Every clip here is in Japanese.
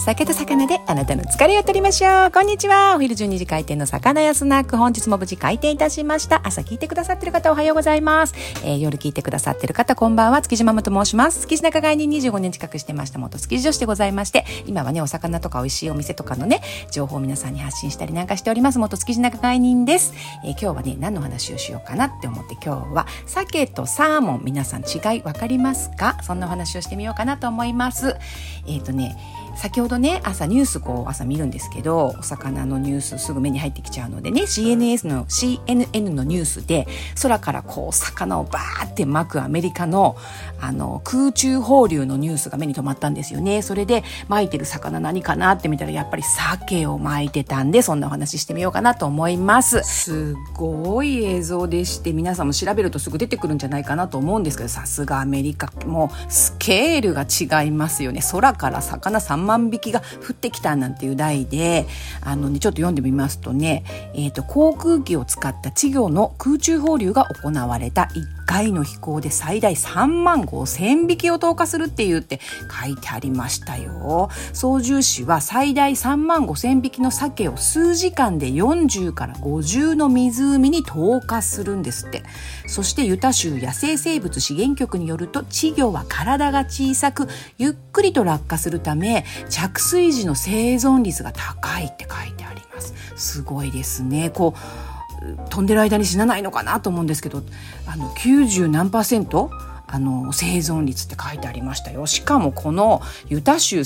酒と魚であなたの疲れを取りましょう。こんにちは。お昼12時開店の魚屋スナック、本日も無事開店いたしました。朝聞いてくださってる方おはようございます。夜聞いてくださってる方こんばんは。築地ママと申します。築地仲買人25年近くしてました元築地女子でございまして、今はねお魚とか美味しいお店とかのね情報を皆さんに発信したりなんかしております元築地仲買人です。今日はね何の話をしようかなって思って、今日は鮭とサーモン、皆さん違い分かりますか？そんなお話をしてみようかなと思います。先ほどね朝ニュース朝見るんですけど、お魚のニュースすぐ目に入ってきちゃうのでね、 CNN のニュースで空から魚をバーって巻くアメリカの空中放流のニュースが目に留まったんですよね。それで巻いてる魚何かなって見たらやっぱり鮭を巻いてたんで、そんなお話してみようかなと思います。すごい映像でして、皆さんも調べるとすぐ出てくるんじゃないかなと思うんですけど、さすがアメリカもうスケールが違いますよね。空から魚3万匹が降ってきたなんていう題でちょっと読んでみますとね、航空機を使った稚魚の空中放流が行われた。1回の飛行で最大3万5,000匹を投下するって書いてありましたよ。操縦士は最大3万5,000匹の鮭を数時間で40から50の湖に投下するんですって。そしてユタ州野生生物資源局によると、稚魚は体が小さくゆっくりと落下するため着水時の生存率が高いって書いてあります。すごいですね。飛んでる間に死なないのかなと思うんですけど、90何%生存率って書いてありましたよ。しかもこのユタ州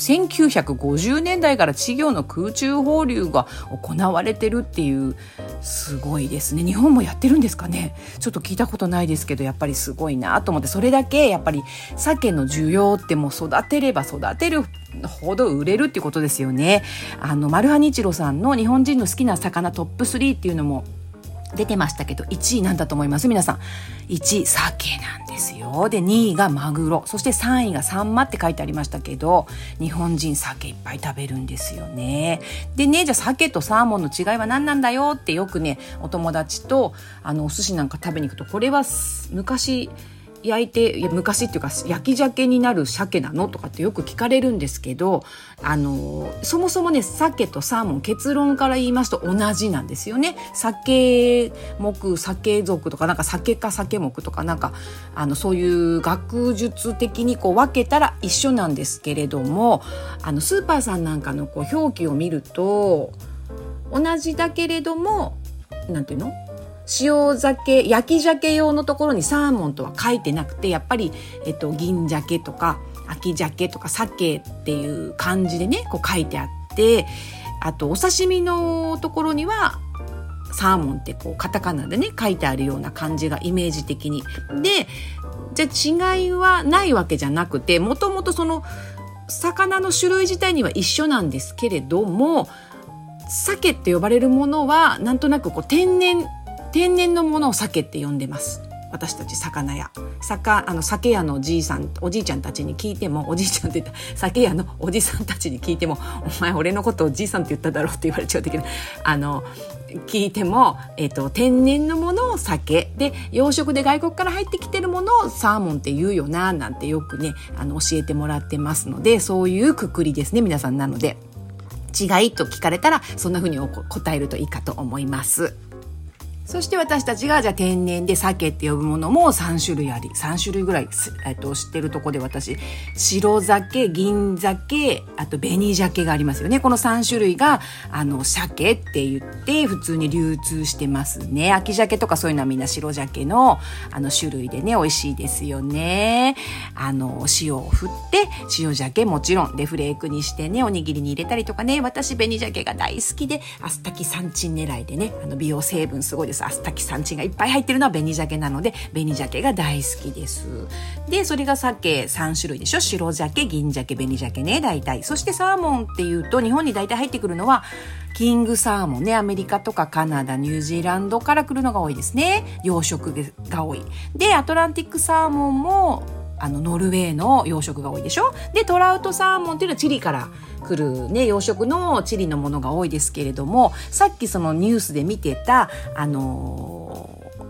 1950年代から稚魚の空中放流が行われてるっていう、すごいですね。日本もやってるんですかね。ちょっと聞いたことないですけど、やっぱりすごいなと思って。それだけやっぱり鮭の需要ってもう育てれば育てるほど売れるっていうことですよね。マルハニチロさんの日本人の好きな魚トップ3っていうのも出てましたけど、1位なんだと思います皆さん。1位鮭なんですよ。で2位がマグロ、そして3位がサンマって書いてありましたけど、日本人鮭いっぱい食べるんですよね。でね、じゃあ鮭とサーモンの違いは何なんだよってよくねお友達とお寿司なんか食べに行くと、これは昔焼いて、昔っていうか焼き鮭になる鮭なのとかってよく聞かれるんですけど、そもそもね鮭とサーモン、結論から言いますと同じなんですよね。鮭目、鮭属とかなんか鮭か鮭目とかなんかそういう学術的に分けたら一緒なんですけれども、スーパーさんなんかの表記を見ると同じだけれども、なんていうの、塩鮭、焼き鮭用のところにサーモンとは書いてなくて、やっぱり、銀鮭とか秋鮭とか鮭っていう感じでね書いてあって、あとお刺身のところにはサーモンってカタカナでね書いてあるような感じがイメージ的に。で、じゃあ違いはないわけじゃなくて、もともとその魚の種類自体には一緒なんですけれども、鮭って呼ばれるものはなんとなく天然のものを鮭って呼んでます。私たち魚屋、鮭屋のおじいちゃんたちに聞いても、おじいちゃんって言った鮭屋のおじさんたちに聞いても、お前俺のことおじいさんって言っただろうって言われちゃうけど、聞いても、天然のものを鮭で、養殖で外国から入ってきてるものをサーモンって言うよななんてよくね教えてもらってますので、そういうくくりですね皆さん。なので違いと聞かれたらそんな風に答えるといいかと思います。そして私たちがじゃあ天然で鮭って呼ぶものも3種類あり、3種類ぐらい、知ってるとこで、私白鮭、銀鮭、あと紅鮭がありますよね。この3種類が鮭って言って普通に流通してますね。秋鮭とかそういうのはみんな白鮭の種類でね美味しいですよね。塩を振って塩鮭もちろんでフレークにしてねおにぎりに入れたりとかね。私紅鮭が大好きで、アスタキサンチン狙いでね美容成分すごいです。アスタキサンチンがいっぱい入ってるのは紅鮭なので、紅鮭が大好きです。でそれが鮭3種類でしょ。白鮭、銀鮭、紅鮭ね大体。そしてサーモンっていうと日本に大体入ってくるのはキングサーモンね。アメリカとかカナダ、ニュージーランドから来るのが多いですね。養殖が多い。でアトランティックサーモンもノルウェーの養殖が多いでしょ。でトラウトサーモンっていうのはチリから来るね養殖のチリのものが多いですけれども、さっきそのニュースで見てた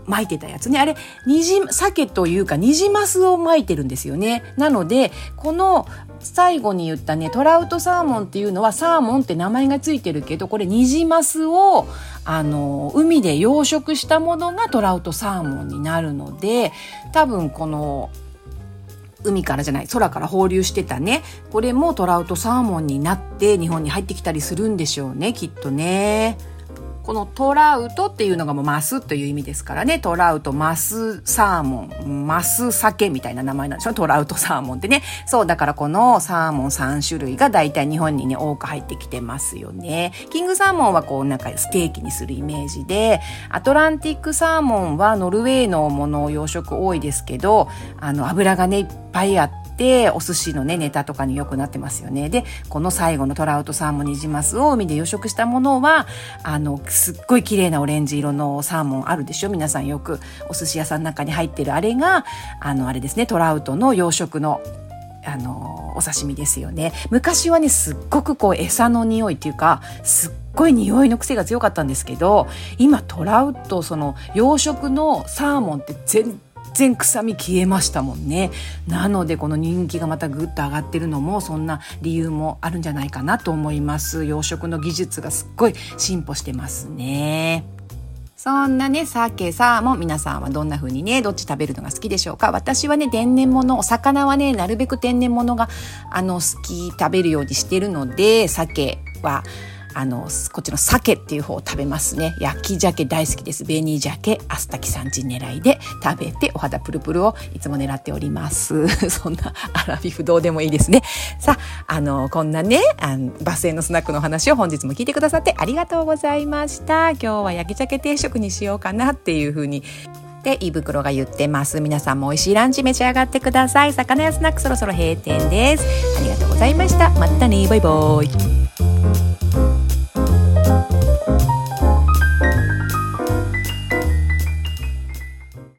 巻いてたやつね。あれ、鮭というかニジマスを巻いてるんですよね。なので、この最後に言ったね、トラウトサーモンっていうのは、サーモンって名前がついてるけど、これニジマスを、海で養殖したものがトラウトサーモンになるので、多分この、空から放流してたね、これもトラウトサーモンになって日本に入ってきたりするんでしょうね、きっとね。このトラウトっていうのがもうマスという意味ですからね。トラウト、マス、サーモン、マス、鮭みたいな名前なんでしょ、トラウトサーモンってね。そう、だからこのサーモン3種類がだいたい日本にね、多く入ってきてますよね。キングサーモンはこうなんかステーキにするイメージで、アトランティックサーモンはノルウェーのものを養殖多いですけど、油がね、いっぱいあって、お寿司のね、ネタとかによくなってますよね。で、この最後のトラウトサーモンニジマスを海で養殖したものは、すっごい綺麗なオレンジ色のサーモンあるでしょ、皆さんよくお寿司屋さんの中に入ってるあれが、あれですね、トラウトの養殖のお刺身ですよね。昔はね、すっごくこう餌の匂いっていうか、すっごい匂いの癖が強かったんですけど、今トラウト、その養殖のサーモンって全然臭み消えましたもんね。なのでこの人気がまたぐっと上がってるのもそんな理由もあるんじゃないかなと思います。養殖の技術がすっごい進歩してますね。そんなね、鮭、サーモン、皆さんはどんな風にね、どっち食べるのが好きでしょうか。私はね、天然物、お魚はね、なるべく天然物が好き、食べるようにしてるので、鮭はこっちの鮭っていう方を食べますね。焼き鮭大好きです。紅鮭、アスタキサンチン狙いで食べて、お肌プルプルをいつも狙っております。そんなアラフィフどうでもいいですね。さあ、こんなね、バスへのスナックの話を本日も聞いてくださってありがとうございました。今日は焼き鮭定食にしようかなっていう風にで胃袋が言ってます。皆さんも美味しいランチ召し上がってください。魚屋スナックそろそろ閉店です。ありがとうございました。またね、バイバイ。